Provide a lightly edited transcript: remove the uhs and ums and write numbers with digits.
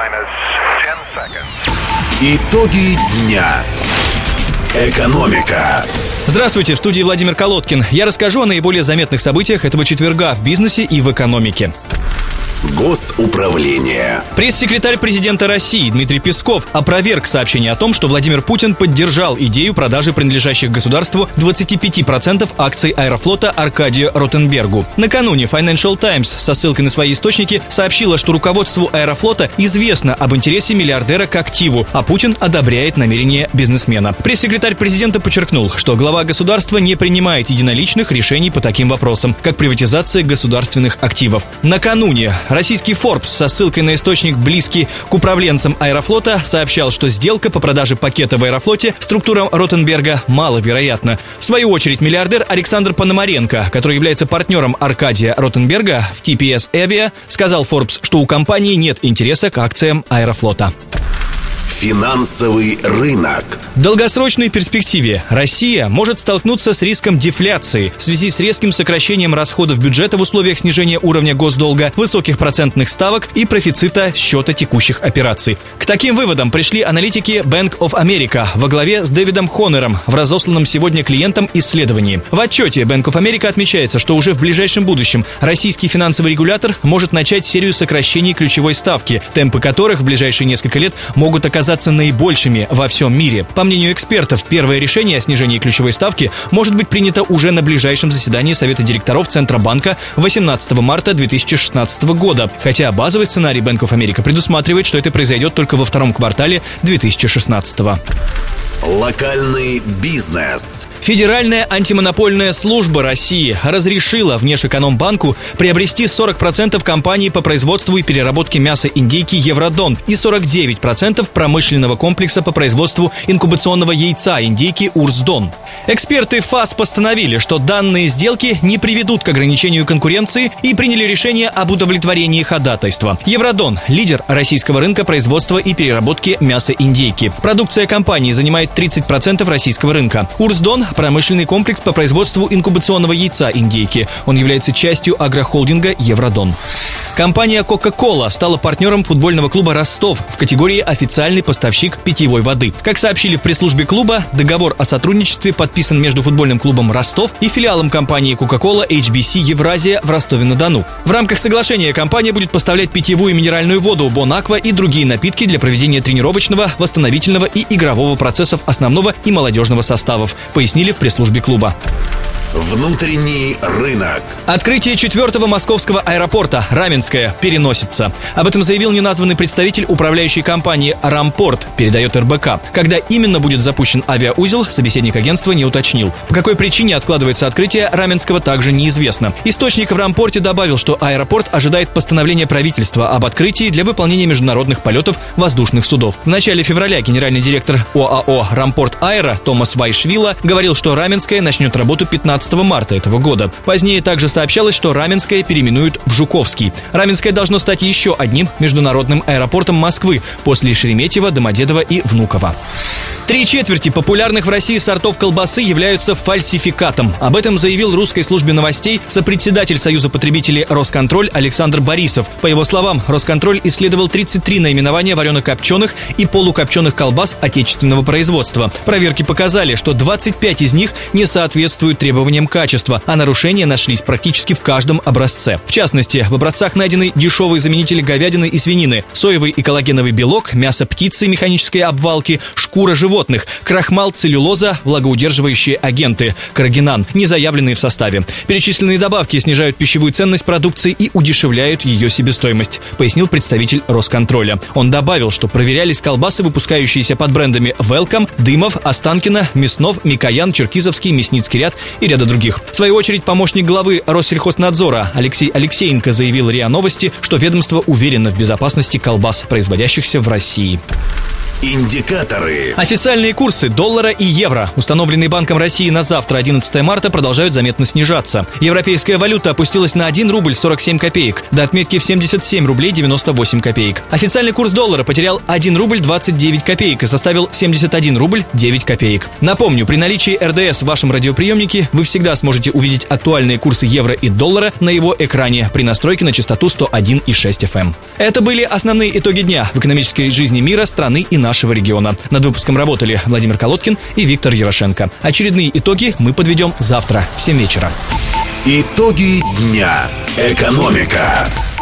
Итоги дня. Экономика. Здравствуйте, в студии Владимир Колодкин. Я расскажу о наиболее заметных событиях этого четверга в бизнесе и в экономике. Госуправление. Пресс-секретарь президента России Дмитрий Песков опроверг сообщение о том, что Владимир Путин поддержал идею продажи принадлежащих государству 25% акций Аэрофлота Аркадию Ротенбергу. Накануне Financial Times со ссылкой на свои источники сообщила, что руководству Аэрофлота известно об интересе миллиардера к активу, а Путин одобряет намерения бизнесмена. Пресс-секретарь президента подчеркнул, что глава государства не принимает единоличных решений по таким вопросам, как приватизация государственных активов. Накануне российский Forbes со ссылкой на источник, близкий к управленцам Аэрофлота, сообщал, что сделка по продаже пакета в Аэрофлоте структурам Ротенберга маловероятна. В свою очередь, миллиардер Александр Пономаренко, который является партнером Аркадия Ротенберга в TPS Avia, сказал Forbes, что у компании нет интереса к акциям Аэрофлота. Финансовый рынок. В долгосрочной перспективе Россия может столкнуться с риском дефляции в связи с резким сокращением расходов бюджета в условиях снижения уровня госдолга, высоких процентных ставок и профицита счета текущих операций. К таким выводам пришли аналитики Bank of America во главе с Дэвидом Хоннером в разосланном сегодня клиентам исследовании. В отчете Bank of America отмечается, что уже в ближайшем будущем российский финансовый регулятор может начать серию сокращений ключевой ставки, темпы которых в ближайшие несколько лет могут оказаться наибольшими во всем мире. По мнению экспертов, первое решение о снижении ключевой ставки может быть принято уже на ближайшем заседании Совета директоров Центробанка 18 марта 2016 года, хотя базовый сценарий Bank of America предусматривает, что это произойдет только во втором квартале 2016 года. Локальный бизнес. Федеральная антимонопольная служба России разрешила Внешэкономбанку приобрести 40% компаний по производству и переработке мяса индейки Евродон и 49% промышленного комплекса по производству инкубационного яйца индейки Урсдон. Эксперты ФАС постановили, что данные сделки не приведут к ограничению конкуренции и приняли решение об удовлетворении ходатайства. Евродон – лидер российского рынка производства и переработки мяса индейки. Продукция компании занимает 30% российского рынка. Урсдон – промышленный комплекс по производству инкубационного яйца индейки. Он является частью агрохолдинга Евродон. Компания Coca-Cola стала партнером футбольного клуба «Ростов» в категории «Официальный поставщик питьевой воды». Как сообщили в пресс-службе клуба, договор о сотрудничестве подписан между футбольным клубом «Ростов» и филиалом компании Coca-Cola HBC Евразия в Ростове-на-Дону. В рамках соглашения компания будет поставлять питьевую и минеральную воду Бон Аква и другие напитки для проведения тренировочного, восстановительного и игрового процессов основного и молодежного составов, пояснили в пресс-службе клуба. Внутренний рынок. Открытие 4-го московского аэропорта Раменское переносится. Об этом заявил неназванный представитель управляющей компании «Рампорт», передает РБК. Когда именно будет запущен авиаузел, собеседник агентства не уточнил. По какой причине откладывается открытие Раменского, также неизвестно. Источник в Рампорте добавил, что аэропорт ожидает постановления правительства об открытии для выполнения международных полетов воздушных судов. В начале февраля генеральный директор ОАО «Рампорт Аэро» Томас Вайшвила говорил, что Раменское начнет работу 15 марта этого года. Позднее также сообщалось, что Раменское переименуют в Жуковский. Раменское должно стать еще одним международным аэропортом Москвы после Шереметьево, Домодедово и Внуково. 3/4 популярных в России сортов колбасы являются фальсификатом. Об этом заявил русской службе новостей сопредседатель Союза потребителей Росконтроль Александр Борисов. По его словам, Росконтроль исследовал 33 наименования варено-копченых и полукопченых колбас отечественного производства. Проверки показали, что 25 из них не соответствуют требованиям качества, а нарушения нашлись практически в каждом образце. В частности, в образцах найдены дешевые заменители говядины и свинины, соевый и коллагеновый белок, мясо птицы механической обвалки, шкура животных, крахмал, целлюлоза, влагоудерживающие агенты, карагинан, не заявленные в составе. Перечисленные добавки снижают пищевую ценность продукции и удешевляют ее себестоимость, пояснил представитель Росконтроля. Он добавил, что проверялись колбасы, выпускающиеся под брендами Велком, Дымов, Останкино, Мяснов, Микоян, Черкизовский, Мясницкий ряд и ряда других. В свою очередь, помощник главы Россельхознадзора Алексей Алексеенко заявил РИА Новости, что ведомство уверено в безопасности колбас, производящихся в России. Индикаторы. Официальные курсы доллара и евро, установленные Банком России на завтра, 11 марта, продолжают заметно снижаться. Европейская валюта опустилась на 1 рубль 47 копеек, до отметки в 77 рублей 98 копеек. Официальный курс доллара потерял 1 рубль 29 копеек и составил 71 рубль 9 копеек. Напомню, при наличии РДС в вашем радиоприемнике вы всегда всегда сможете увидеть актуальные курсы евро и доллара на его экране при настройке на частоту 101,6 FM. Это были основные итоги дня в экономической жизни мира, страны и нашего региона. Над выпуском работали Владимир Колодкин и Виктор Ярошенко. Очередные итоги мы подведем завтра в 7 вечера. Итоги дня. Экономика.